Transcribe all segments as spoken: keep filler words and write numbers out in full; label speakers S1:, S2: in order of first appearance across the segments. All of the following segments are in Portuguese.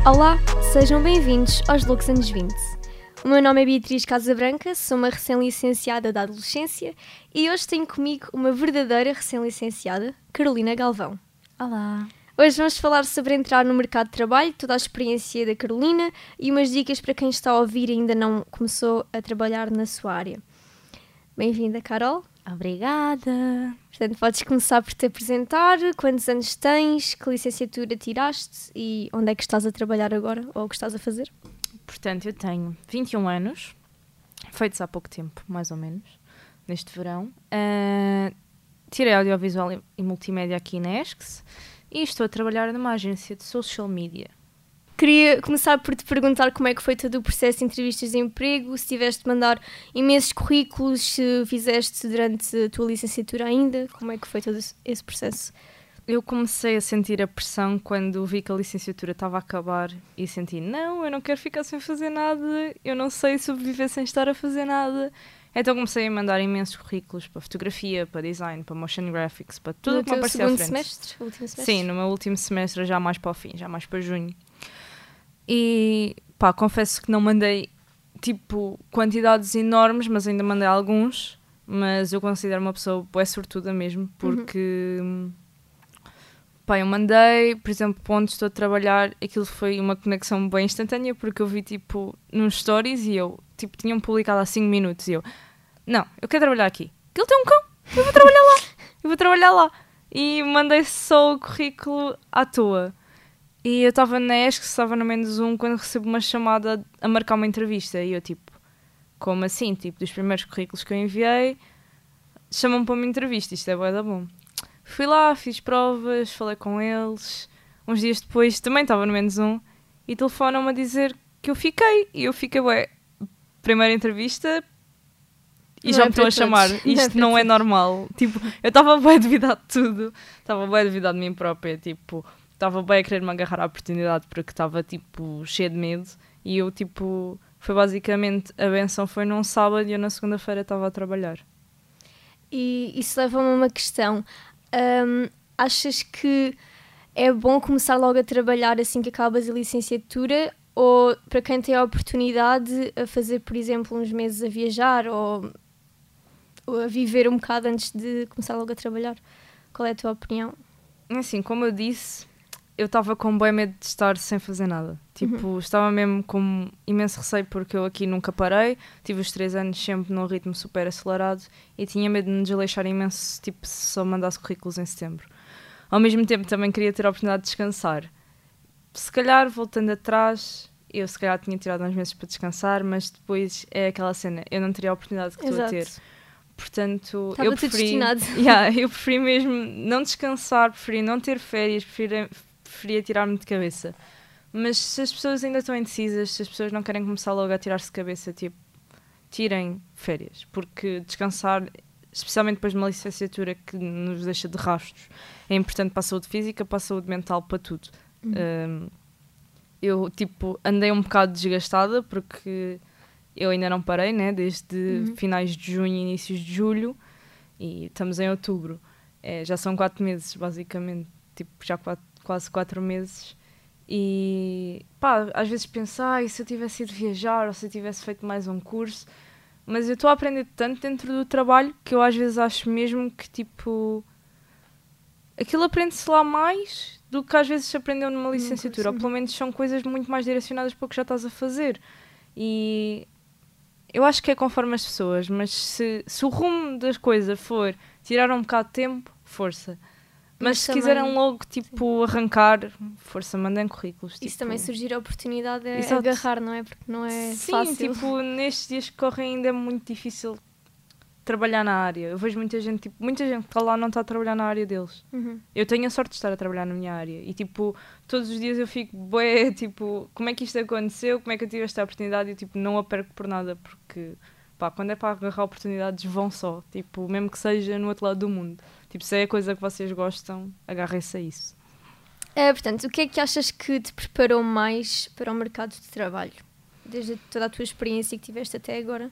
S1: Olá, sejam bem-vindos aos Loucos Anos vinte. O meu nome é Beatriz Casabranca, sou uma recém-licenciada da adolescência e hoje tenho comigo uma verdadeira recém-licenciada, Carolina Galvão.
S2: Olá!
S1: Hoje vamos falar sobre entrar no mercado de trabalho, toda a experiência da Carolina e umas dicas para quem está a ouvir e ainda não começou a trabalhar na sua área. Bem-vinda, Carol.
S2: Obrigada!
S1: Portanto, podes começar por te apresentar, quantos anos tens, que licenciatura tiraste e onde é que estás a trabalhar agora ou o que estás a fazer?
S2: Portanto, eu tenho vinte e um anos, feitos há pouco tempo, mais ou menos, neste verão. Uh, tirei audiovisual e multimédia aqui na ESCS e estou a trabalhar numa agência de social media.
S1: Queria começar por te perguntar como é que foi todo o processo de entrevistas de emprego, se tiveste de mandar imensos currículos, se fizeste durante a tua licenciatura ainda, como é que foi todo esse processo?
S2: Eu comecei a sentir a pressão quando vi que a licenciatura estava a acabar e senti, não, eu não quero ficar sem fazer nada, eu não sei sobreviver sem estar a fazer nada. Então comecei a mandar imensos currículos para fotografia, para design, para motion graphics, para tudo o que me aparecia à frente.
S1: No teu segundo semestre? Último semestre?
S2: Sim, no meu último semestre, já mais para o fim, já mais para junho. E pá, confesso que não mandei tipo quantidades enormes, mas ainda mandei alguns. Mas eu considero uma pessoa bué sortuda mesmo, porque uhum. pá, eu mandei, por exemplo, para onde estou a trabalhar, aquilo foi uma conexão bem instantânea, porque eu vi tipo nos stories e eu tipo tinham publicado há cinco minutos e eu, não, eu quero trabalhar aqui. Aquilo tem um cão, eu vou trabalhar lá, eu vou trabalhar lá. E mandei só o currículo à toa. E eu estava na ESC, estava no menos um, quando recebo uma chamada a marcar uma entrevista. E eu, tipo, como assim? Tipo, dos primeiros currículos que eu enviei, chamam-me para uma entrevista. Isto é bué da bom. Fui lá, fiz provas, falei com eles. Uns dias depois, também estava no menos um, e telefonam-me a dizer que eu fiquei. E eu fiquei, ué, primeira entrevista e
S1: não
S2: já
S1: é
S2: me estão a chamar. Isto não, não é normal. Tipo, eu estava bem a duvidar de tudo. Estava bem a duvidar de mim própria, tipo... Estava bem a querer me agarrar à oportunidade porque estava, tipo, cheia de medo. E eu, tipo, foi basicamente, a benção foi num sábado e eu na segunda-feira estava a trabalhar.
S1: E isso leva-me a uma questão. Um, achas que é bom começar logo a trabalhar assim que acabas a licenciatura? Ou para quem tem a oportunidade a fazer, por exemplo, uns meses a viajar ou, ou a viver um bocado antes de começar logo a trabalhar? Qual é a tua opinião?
S2: Assim, como eu disse... Eu estava com bem medo de estar sem fazer nada. Tipo, uhum. estava mesmo com imenso receio porque eu aqui nunca parei. Tive os três anos sempre num ritmo super acelerado e tinha medo de me desleixar imenso, tipo, se só mandasse currículos em setembro. Ao mesmo tempo também queria ter a oportunidade de descansar. Se calhar, voltando atrás, eu se calhar tinha tirado uns meses para descansar, mas depois é aquela cena, eu não teria a oportunidade que estou a ter. Portanto,
S1: estava
S2: eu preferi,
S1: destinado.
S2: yeah, eu preferi mesmo não descansar, preferi não ter férias, preferi... preferia tirar-me de cabeça. Mas se as pessoas ainda estão indecisas, se as pessoas não querem começar logo a tirar-se de cabeça, tipo, tirem férias. Porque descansar, especialmente depois de uma licenciatura que nos deixa de rastros, é importante para a saúde física, para a saúde mental, para tudo. Uhum. Um, eu, tipo, andei um bocado desgastada porque eu ainda não parei, né? Desde uhum. finais de junho e inícios de julho e estamos em outubro. É, já são quatro meses, basicamente. Tipo, já quatro quase quatro meses e pá, às vezes penso, ah, e se eu tivesse ido viajar ou se eu tivesse feito mais um curso, mas eu estou a aprender tanto dentro do trabalho que eu às vezes acho mesmo que tipo aquilo aprende-se lá mais do que às vezes se aprendeu numa licenciatura, ou pelo menos são coisas muito mais direcionadas para o que já estás a fazer e eu acho que é conforme as pessoas, mas se, se o rumo das coisas for tirar um bocado de tempo, força. Mas, Mas se também, quiserem logo, tipo, sim. arrancar, força, mandem currículos.
S1: Isso
S2: tipo...
S1: também surgir a oportunidade é Exato. agarrar, não é? Porque não é
S2: sim,
S1: fácil.
S2: Sim, tipo, nestes dias que correm ainda é muito difícil trabalhar na área. Eu vejo muita gente, tipo, muita gente que está lá não está a trabalhar na área deles. Uhum. Eu tenho a sorte de estar a trabalhar na minha área. E, tipo, todos os dias eu fico, bué, tipo, como é que isto aconteceu? Como é que eu tive esta oportunidade? E, tipo, não a perco por nada, porque... Pá, quando é para agarrar oportunidades, vão só. Tipo, mesmo que seja no outro lado do mundo. Tipo, se é a coisa que vocês gostam, agarrem-se a isso.
S1: É, portanto, o que é que achas que te preparou mais para o mercado de trabalho? Desde toda a tua experiência que tiveste até agora?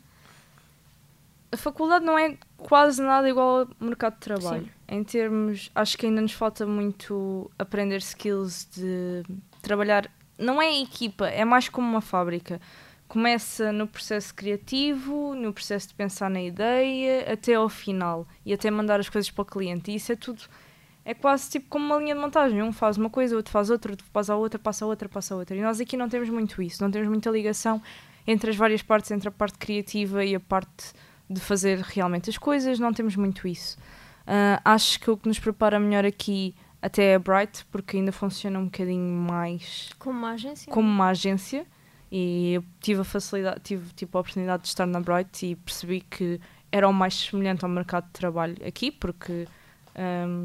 S2: A faculdade não é quase nada igual ao mercado de trabalho. Sim. Em termos, acho que ainda nos falta muito aprender skills de trabalhar não é equipa, é mais como uma fábrica. Começa no processo criativo, no processo de pensar na ideia, até ao final. E até mandar as coisas para o cliente. E isso é tudo... É quase tipo como uma linha de montagem. Um faz uma coisa, outro faz outra, outro passa a outra, passa a outra, passa a outra. E nós aqui não temos muito isso. Não temos muita ligação entre as várias partes, entre a parte criativa e a parte de fazer realmente as coisas. Não temos muito isso. Uh, acho que o que nos prepara melhor aqui até é a Bright, porque ainda funciona um bocadinho mais...
S1: Como uma agência?
S2: Como uma agência. E eu tive a facilidade, tive tipo, a oportunidade de estar na Bright e percebi que era o mais semelhante ao mercado de trabalho aqui, porque um,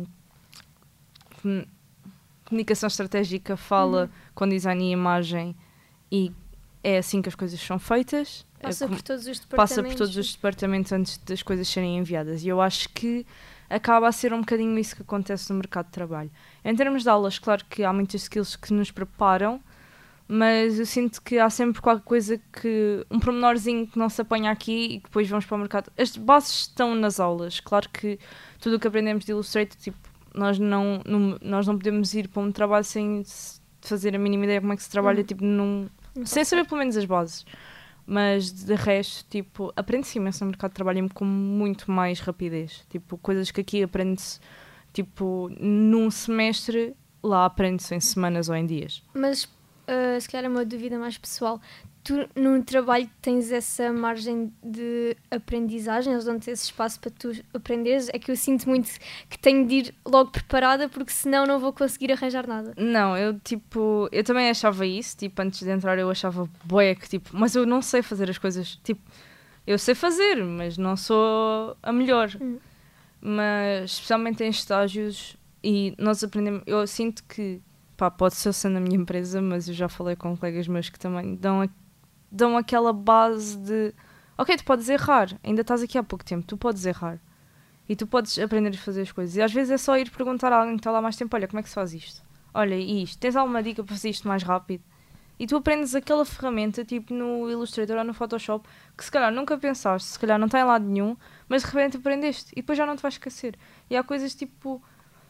S2: comunicação estratégica fala uhum. com design e imagem e é assim que as coisas são feitas.
S1: Passa
S2: é,
S1: por todos os departamentos.
S2: Passa por todos os departamentos antes das coisas serem enviadas. E eu acho que acaba a ser um bocadinho isso que acontece no mercado de trabalho. Em termos de aulas, claro que há muitas skills que nos preparam, mas eu sinto que há sempre qualquer coisa que... um pormenorzinho que não se apanha aqui e que depois vamos para o mercado. As bases estão nas aulas. Claro que tudo o que aprendemos de Illustrator, tipo, nós não, não, nós não podemos ir para um trabalho sem fazer a mínima ideia como é que se trabalha, hum. tipo, num, sem saber pelo menos as bases. Mas de resto, tipo, aprende-se imenso no mercado de trabalho com muito mais rapidez. Tipo, coisas que aqui aprende-se, tipo, num semestre, lá aprende-se em semanas ou em dias.
S1: Mas... Uh, se calhar é uma dúvida mais pessoal. Tu, no trabalho, tens essa margem de aprendizagem? Eles dão-te esse espaço para tu aprenderes? É que eu sinto muito que tenho de ir logo preparada, porque senão não vou conseguir arranjar nada.
S2: Não, eu tipo... Eu também achava isso. Tipo, antes de entrar eu achava bué que tipo... Mas eu não sei fazer as coisas. Tipo, eu sei fazer, mas não sou a melhor. Hum. Mas, especialmente em estágios, e nós aprendemos... Eu sinto que pá, pode ser sendo na minha empresa, mas eu já falei com colegas meus que também dão, a, dão aquela base de ok, tu podes errar, ainda estás aqui há pouco tempo, tu podes errar e tu podes aprender a fazer as coisas, e às vezes é só ir perguntar a alguém que está lá mais tempo, olha, como é que se faz isto? Olha, e isto? Tens alguma dica para fazer isto mais rápido? E tu aprendes aquela ferramenta, tipo no Illustrator ou no Photoshop, que se calhar nunca pensaste, se calhar não está em lado nenhum, mas de repente aprendeste e depois já não te vais esquecer. E há coisas tipo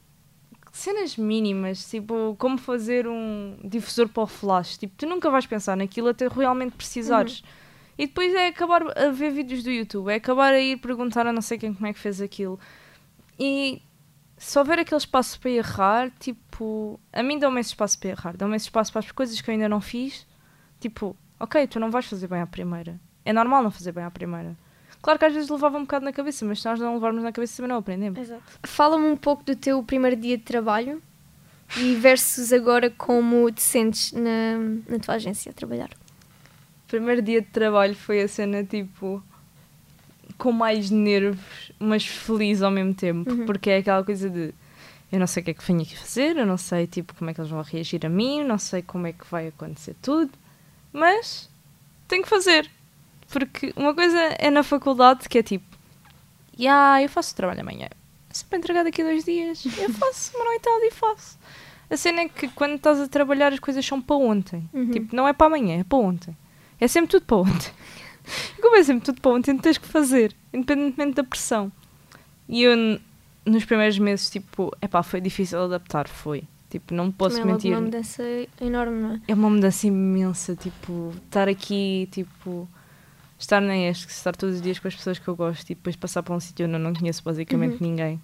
S2: cenas mínimas, tipo, como fazer um difusor para o flash. Tipo, tu nunca vais pensar naquilo até realmente precisares. Uhum. E depois é acabar a ver vídeos do YouTube, é acabar a ir perguntar a não sei quem como é que fez aquilo. E se houver aquele espaço para errar, tipo, a mim dá-me esse espaço para errar, dá-me esse espaço para as coisas que eu ainda não fiz. Tipo, ok, tu não vais fazer bem à primeira. É normal não fazer bem à primeira. Claro que às vezes levava um bocado na cabeça, mas se nós não levarmos na cabeça também não aprendemos.
S1: Exato. Fala-me um pouco do teu primeiro dia de trabalho e versus agora como te sentes na, na tua agência a trabalhar.
S2: O primeiro dia de trabalho foi a cena tipo com mais nervos, mas feliz ao mesmo tempo, uhum. porque é aquela coisa de eu não sei o que é que venho aqui fazer, eu não sei tipo como é que eles vão reagir a mim, não sei como é que vai acontecer tudo, mas tenho que fazer. Porque uma coisa é na faculdade que é tipo, yeah, eu faço o trabalho amanhã, é só para entregar daqui a dois dias, eu faço uma noitada e faço. A cena é que quando estás a trabalhar as coisas são para ontem, uhum. tipo, não é para amanhã, é para ontem. É sempre tudo para ontem. E como é sempre tudo para ontem, tu tens que fazer, independentemente da pressão. E eu, nos primeiros meses, tipo, epá, foi difícil adaptar, foi. Tipo, não posso
S1: Também
S2: mentir.
S1: É uma mudança enorme, não é?
S2: É uma mudança imensa, tipo, estar aqui, tipo... estar na E S C, estar todos os dias com as pessoas que eu gosto e depois passar para um sítio onde eu não conheço basicamente uhum. ninguém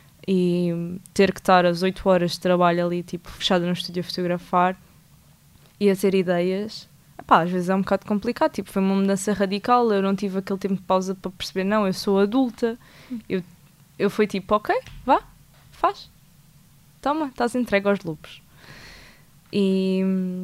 S2: e ter que estar às oito horas de trabalho ali, tipo, fechada no estúdio a fotografar e a ter ideias, epá, às vezes é um bocado complicado, tipo, foi uma mudança radical, eu não tive aquele tempo de pausa para perceber, não, eu sou adulta, uhum. eu, eu fui tipo, ok, vá, faz, toma, estás entregue aos lobos. E...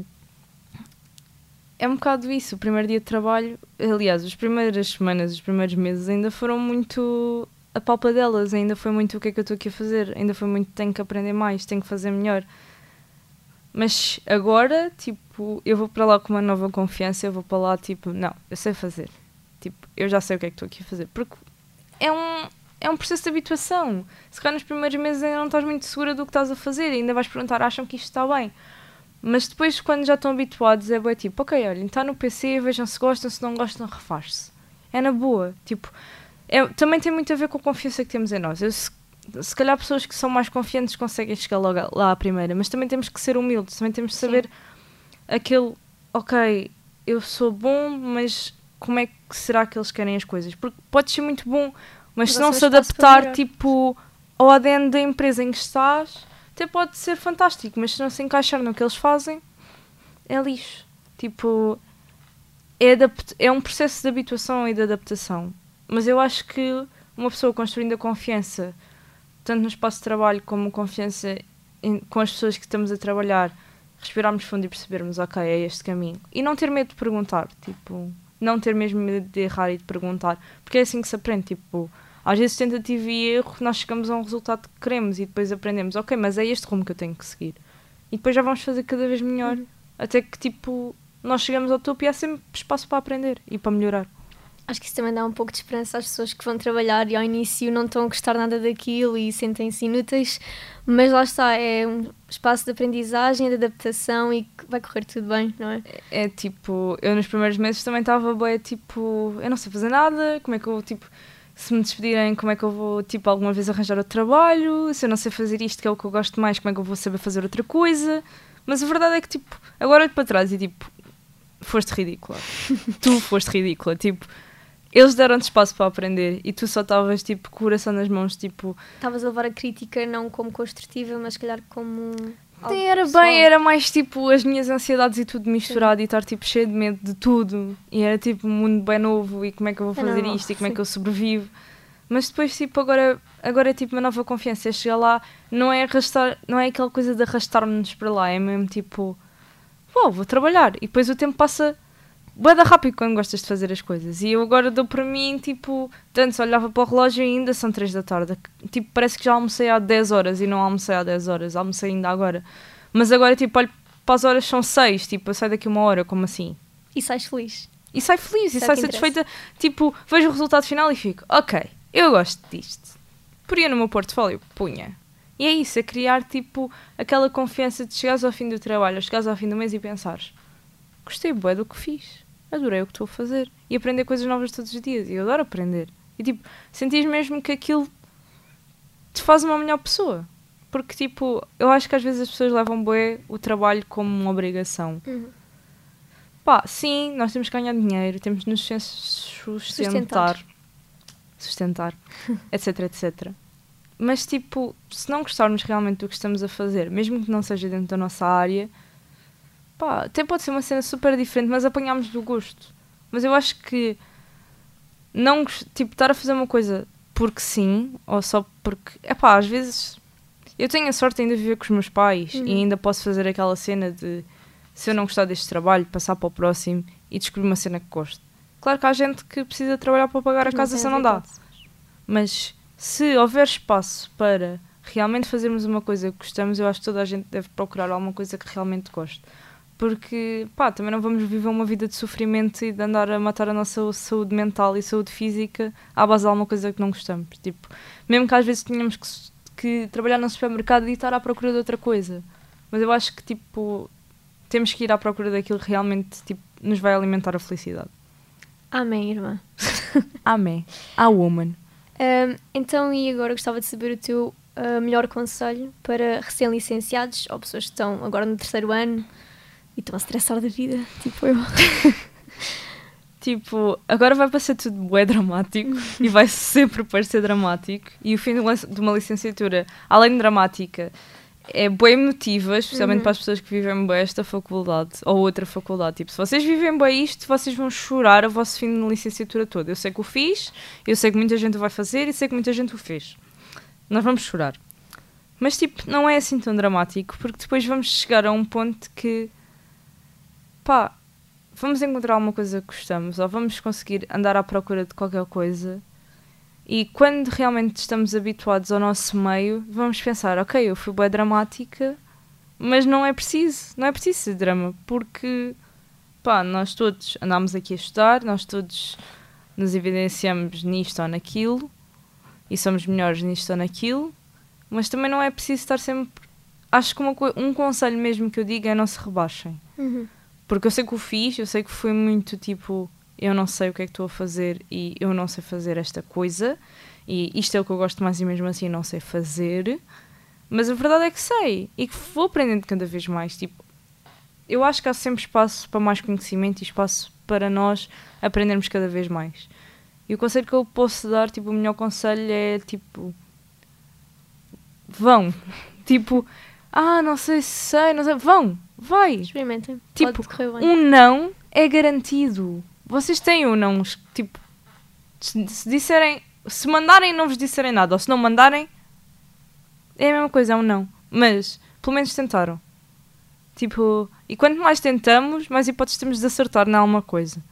S2: é um bocado isso, o primeiro dia de trabalho, aliás, as primeiras semanas, os primeiros meses ainda foram muito a palpa delas, ainda foi muito o que é que eu estou aqui a fazer, ainda foi muito tenho que aprender mais, tenho que fazer melhor. Mas agora, tipo, eu vou para lá com uma nova confiança, eu vou para lá, tipo, não, eu sei fazer. Tipo, eu já sei o que é que estou aqui a fazer, porque é um, é um processo de habituação. Se calhar nos primeiros meses ainda não estás muito segura do que estás a fazer, ainda vais perguntar, acham que isto está bem? Mas depois, quando já estão habituados, é bem tipo, ok, olhem, está no P C, vejam se gostam, se não gostam, refaz-se. É na boa. Tipo, é, também tem muito a ver com a confiança que temos em nós. Eu, se, se calhar pessoas que são mais confiantes conseguem chegar logo lá à primeira, mas também temos que ser humildes, também temos que saber aquele, ok, eu sou bom, mas como é que será que eles querem as coisas? Porque pode ser muito bom, mas se não se adaptar, tipo, ao A D N da empresa em que estás, até pode ser fantástico, mas se não se encaixar no que eles fazem, é lixo. Tipo, é, adapt- é um processo de habituação e de adaptação. Mas eu acho que uma pessoa construindo a confiança, tanto no espaço de trabalho como confiança em, com as pessoas que estamos a trabalhar, respirarmos fundo e percebermos, ok, é este caminho. E não ter medo de perguntar, tipo, não ter mesmo medo de errar e de perguntar, porque é assim que se aprende, tipo, às vezes tentativa e erro, nós chegamos a um resultado que queremos e depois aprendemos, ok, mas é este rumo que eu tenho que seguir. E depois já vamos fazer cada vez melhor, uhum. até que, tipo, nós chegamos ao topo e há sempre espaço para aprender e para melhorar.
S1: Acho que isso também dá um pouco de esperança às pessoas que vão trabalhar e ao início não estão a gostar nada daquilo e sentem-se inúteis, mas lá está, é um espaço de aprendizagem, de adaptação e vai correr tudo bem, não é?
S2: É, é tipo, eu nos primeiros meses também estava bem, tipo, eu não sei fazer nada, como é que eu, tipo, se me despedirem, como é que eu vou, tipo, alguma vez arranjar outro trabalho, se eu não sei fazer isto, que é o que eu gosto mais, como é que eu vou saber fazer outra coisa? Mas a verdade é que, tipo, agora olho para trás e, tipo, foste ridícula. Tu foste ridícula, tipo... Eles deram-te espaço para aprender e tu só estavas, tipo, com o coração nas mãos, tipo...
S1: Estavas a levar a crítica não como construtiva, mas se calhar como...
S2: Sim, era pessoal. Bem, era mais, tipo, as minhas ansiedades e tudo misturado. Sim. E estar, tipo, cheio de medo de tudo. E era, tipo, um mundo bem novo e como é que eu vou fazer é isto e como Sim. é que eu sobrevivo. Mas depois, tipo, agora, agora é, tipo, uma nova confiança. É chegar lá, não é arrastar, não é aquela coisa de arrastar-nos para lá. É mesmo, tipo, uau, vou trabalhar. E depois o tempo passa... bué da rápido quando gostas de fazer as coisas. E eu agora dou para mim, tipo... Tanto se olhava para o relógio e ainda são três da tarde. Tipo, parece que já almocei há dez horas e não almocei há dez horas. Almocei ainda agora. Mas agora, tipo, olho para as horas são seis. Tipo, eu saio daqui uma hora, como assim?
S1: E sais feliz.
S2: E saio feliz. Isso e saio satisfeita. Tipo, vejo o resultado final e fico... Ok, eu gosto disto. Poria no meu portfólio? Punha. E é isso, é criar, tipo, aquela confiança de chegares ao fim do trabalho, ou chegares ao fim do mês e pensares... Gostei bué do que fiz. Adorei o que estou a fazer. E aprender coisas novas todos os dias. E eu adoro aprender. E tipo, sentis mesmo que aquilo te faz uma melhor pessoa. Porque tipo, eu acho que às vezes as pessoas levam bué o trabalho como uma obrigação. Uhum. Pá, sim, nós temos que ganhar dinheiro, temos de nos sustentar. Sustentar. Sustentar. etc, etcétera. Mas tipo, se não gostarmos realmente do que estamos a fazer, mesmo que não seja dentro da nossa área... Pá, até pode ser uma cena super diferente, mas apanhámos do gosto. Mas eu acho que não, tipo, estar a fazer uma coisa porque sim, ou só porque... Epá, às vezes eu tenho a sorte ainda de viver com os meus pais uhum. e ainda posso fazer aquela cena de, se eu não gostar deste trabalho, passar para o próximo e descobrir uma cena que gosto. Claro que há gente que precisa trabalhar para pagar a casa, se não dá. Mas se houver espaço para realmente fazermos uma coisa que gostamos, eu acho que toda a gente deve procurar alguma coisa que realmente goste. Porque, pá, também não vamos viver uma vida de sofrimento e de andar a matar a nossa saúde mental e saúde física à base de alguma coisa que não gostamos. Tipo, mesmo que às vezes tenhamos que, que trabalhar no supermercado e estar à procura de outra coisa. Mas eu acho que, tipo, temos que ir à procura daquilo que realmente, tipo, nos vai alimentar a felicidade.
S1: Amém, irmã.
S2: Amém. A woman.
S1: Um, então, e agora gostava de saber o teu uh, melhor conselho para recém-licenciados ou pessoas que estão agora no terceiro ano e estão a estressar da vida, tipo eu.
S2: Tipo, agora vai parecer tudo bué dramático e vai sempre parecer dramático. E o fim de uma licenciatura, além de dramática, é bué emotiva, especialmente uhum. para as pessoas que vivem bué esta faculdade ou outra faculdade. Tipo, se vocês vivem bué isto, vocês vão chorar o vosso fim de licenciatura todo. Eu sei que o fiz, eu sei que muita gente o vai fazer e sei que muita gente o fez. Nós vamos chorar. Mas, tipo, não é assim tão dramático, porque depois vamos chegar a um ponto que... pá, vamos encontrar alguma coisa que gostamos ou vamos conseguir andar à procura de qualquer coisa e quando realmente estamos habituados ao nosso meio vamos pensar, ok, eu fui bué dramática, mas não é preciso não é preciso ser drama, porque pá, nós todos andámos aqui a estudar, nós todos nos evidenciamos nisto ou naquilo e somos melhores nisto ou naquilo, mas também não é preciso estar sempre... Acho que uma co- um conselho mesmo que eu digo é não se rebaixem.
S1: Uhum.
S2: Porque eu sei que o fiz, eu sei que foi muito tipo, eu não sei o que é que estou a fazer e eu não sei fazer esta coisa e isto é o que eu gosto mais e mesmo assim não sei fazer, mas a verdade é que sei e que vou aprendendo cada vez mais. Tipo, eu acho que há sempre espaço para mais conhecimento e espaço para nós aprendermos cada vez mais. E o conselho que eu posso dar, tipo, o melhor conselho é, tipo, vão. Tipo, ah, não sei se sei, não sei, vão, vai.
S1: Experimentem.
S2: Tipo,
S1: Pode correr bem.
S2: um não é garantido. Vocês têm um não, tipo, se, se disserem, se mandarem e não vos disserem nada, ou se não mandarem, é a mesma coisa, é um não. Mas, pelo menos tentaram. Tipo, e quanto mais tentamos, mais hipóteses temos de acertar em alguma coisa.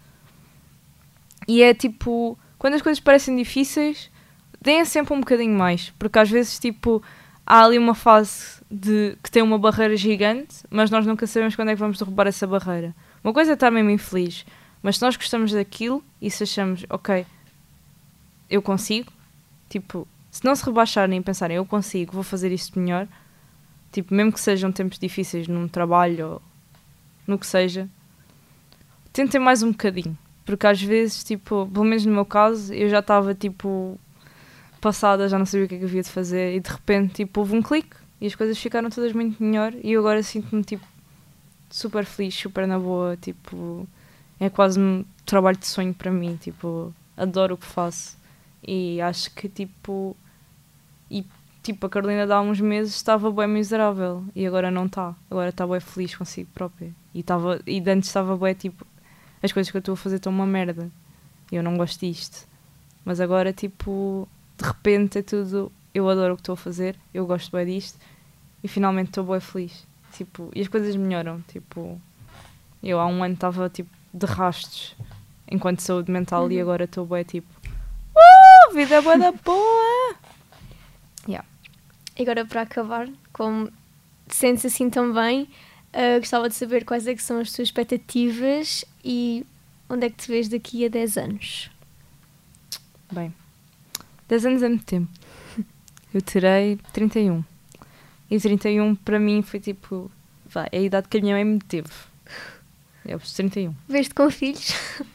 S2: E é tipo, quando as coisas parecem difíceis, deem sempre um bocadinho mais. Porque às vezes, tipo, há ali uma fase de, que tem uma barreira gigante, mas nós nunca sabemos quando é que vamos derrubar essa barreira. Uma coisa é estar mesmo infeliz, mas se nós gostamos daquilo e se achamos, ok, eu consigo, tipo, se não se rebaixarem e pensarem, eu consigo, vou fazer isto melhor, tipo, mesmo que sejam tempos difíceis num trabalho ou no que seja, tentem mais um bocadinho. Porque às vezes, tipo, pelo menos no meu caso, eu já estava, tipo, passada, já não sabia o que é que havia de fazer e de repente, tipo, houve um clique e as coisas ficaram todas muito melhor e eu agora sinto-me, tipo, super feliz, super na boa, tipo, é quase um trabalho de sonho para mim, tipo, adoro o que faço e acho que, tipo, e, tipo, a Carolina de há uns meses estava bem miserável e agora não está, agora está bem feliz consigo própria e, tava, e de antes estava bem, tipo, as coisas que eu estou a fazer estão uma merda e eu não gosto disto, mas agora, tipo, de repente é tudo, eu adoro o que estou a fazer, eu gosto bem disto e finalmente estou bem feliz, tipo, e as coisas melhoram, tipo, eu há um ano estava, tipo, de rastos enquanto saúde mental uhum. E agora estou bem, tipo, uh, vida é boa da boa. Yeah.
S1: E agora para acabar, como te sentes assim também, uh, gostava de saber quais é que são as tuas expectativas e onde é que te vês daqui a dez anos?
S2: Bem, dez anos é muito tempo. Eu terei trinta e um. E trinta e um para mim foi tipo, vai, é a idade que a minha mãe me teve. É os trinta e um.
S1: Vês-te com filhos?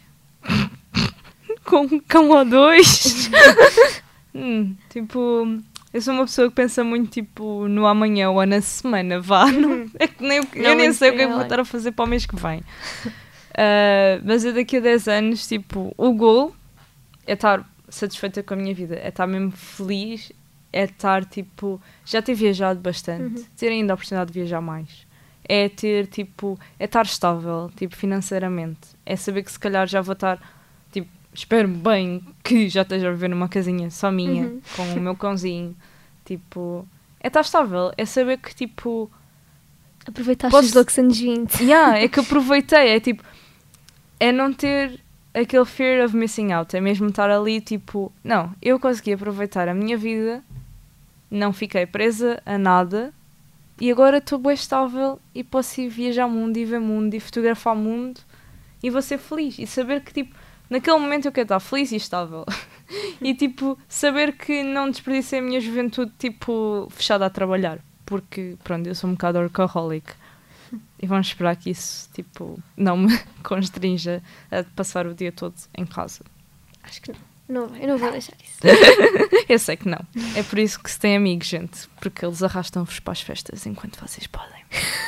S2: Com um cão ou dois? hum, tipo, eu sou uma pessoa que pensa muito tipo no amanhã ou na semana, vá. Não, é que nem, eu, não eu nem sei o que é que vou estar a fazer para o mês que vem. Uh, mas eu daqui a dez anos, tipo, o goal é estar satisfeita com a minha vida, é estar mesmo feliz, é estar, tipo, já ter viajado bastante, uhum. Ter ainda a oportunidade de viajar mais, é ter, tipo, é estar estável, tipo, financeiramente, é saber que se calhar já vou estar, tipo, espero bem que já esteja a viver numa casinha só minha, uhum. Com o meu cãozinho, tipo, é estar estável, é saber que, tipo,
S1: aproveitaste posso... os loucos anos vinte.
S2: Yeah, é que aproveitei, é tipo, é não ter aquele fear of missing out, é mesmo estar ali, tipo, não, eu consegui aproveitar a minha vida, não fiquei presa a nada e agora estou bem estável e posso ir viajar o mundo e ver o mundo e fotografar o mundo e vou ser feliz e saber que, tipo, naquele momento eu quero estar feliz e estável e, tipo, saber que não desperdicei a minha juventude, tipo, fechada a trabalhar, porque, pronto, eu sou um bocado workaholic. E vamos esperar que isso, tipo, não me constrinja a passar o dia todo em casa.
S1: Acho que não. não eu não vou deixar isso.
S2: Eu sei que não. É por isso que se tem amigos, gente. Porque eles arrastam-vos para as festas enquanto vocês podem.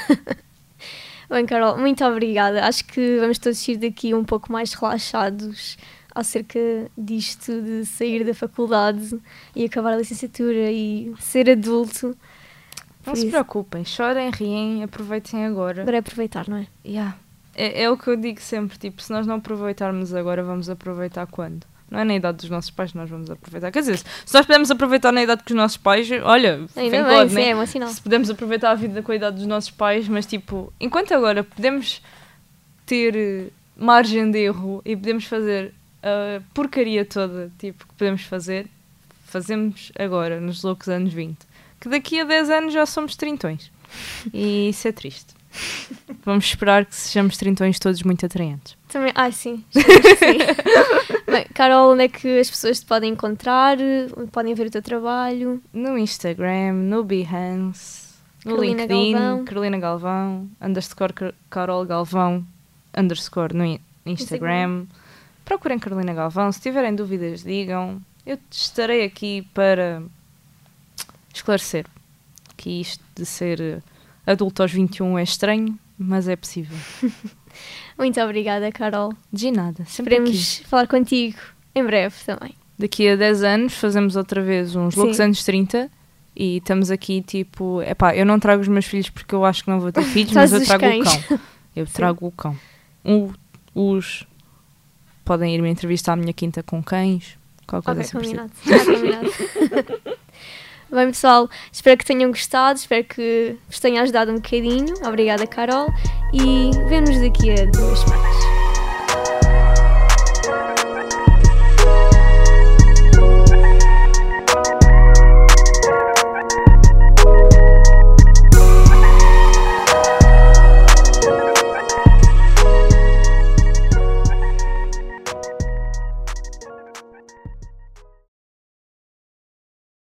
S1: Bem, Carol, muito obrigada. Acho que vamos todos sair daqui um pouco mais relaxados acerca disto de sair da faculdade e acabar a licenciatura e ser adulto.
S2: Não se preocupem, chorem, riem, aproveitem agora.
S1: Agora é aproveitar, não é?
S2: Yeah. É, é o que eu digo sempre, tipo, se nós não aproveitarmos agora, vamos aproveitar quando? Não é na idade dos nossos pais que nós vamos aproveitar. Quer dizer, se nós pudermos aproveitar na idade dos nossos pais, olha,
S1: ainda
S2: bem, God,
S1: sim,
S2: né?
S1: É um sinal.
S2: Se podemos aproveitar a vida com a idade dos nossos pais, mas tipo, enquanto agora podemos ter margem de erro e podemos fazer a porcaria toda, tipo, que podemos fazer, fazemos agora, nos loucos anos vinte. Que daqui a dez anos já somos trintões. E isso é triste. Vamos esperar que sejamos trintões todos muito atraentes.
S1: Também, ah, sim. sim. Bem, Carol, onde é que as pessoas te podem encontrar? Onde podem ver o teu trabalho?
S2: No Instagram, no Behance, no
S1: Carolina
S2: LinkedIn,
S1: Galvão.
S2: Carolina Galvão, underscore Carol Galvão, underscore no Instagram. Instagram. Procurem Carolina Galvão. Se tiverem dúvidas, digam. Eu estarei aqui para esclarecer que isto de ser adulto aos vinte e um é estranho mas é possível.
S1: Muito obrigada, Carol.
S2: De nada, sempre
S1: Esperemos
S2: aqui.
S1: falar contigo em breve também.
S2: Daqui a dez anos fazemos outra vez uns loucos
S1: Sim.
S2: anos trinta e estamos aqui tipo, epá, eu não trago os meus filhos porque eu acho que não vou ter filhos, mas eu
S1: Trazes os
S2: trago o
S1: cães.
S2: cão. Eu
S1: Sim.
S2: trago o cão. O, os podem ir me entrevistar à minha quinta com cães, qualquer coisa
S1: Ok,
S2: assim.
S1: combinado. Já combinado. Bem, pessoal, espero que tenham gostado, espero que vos tenha ajudado um bocadinho. Obrigada, Carol. E vemo-nos daqui a duas semanas.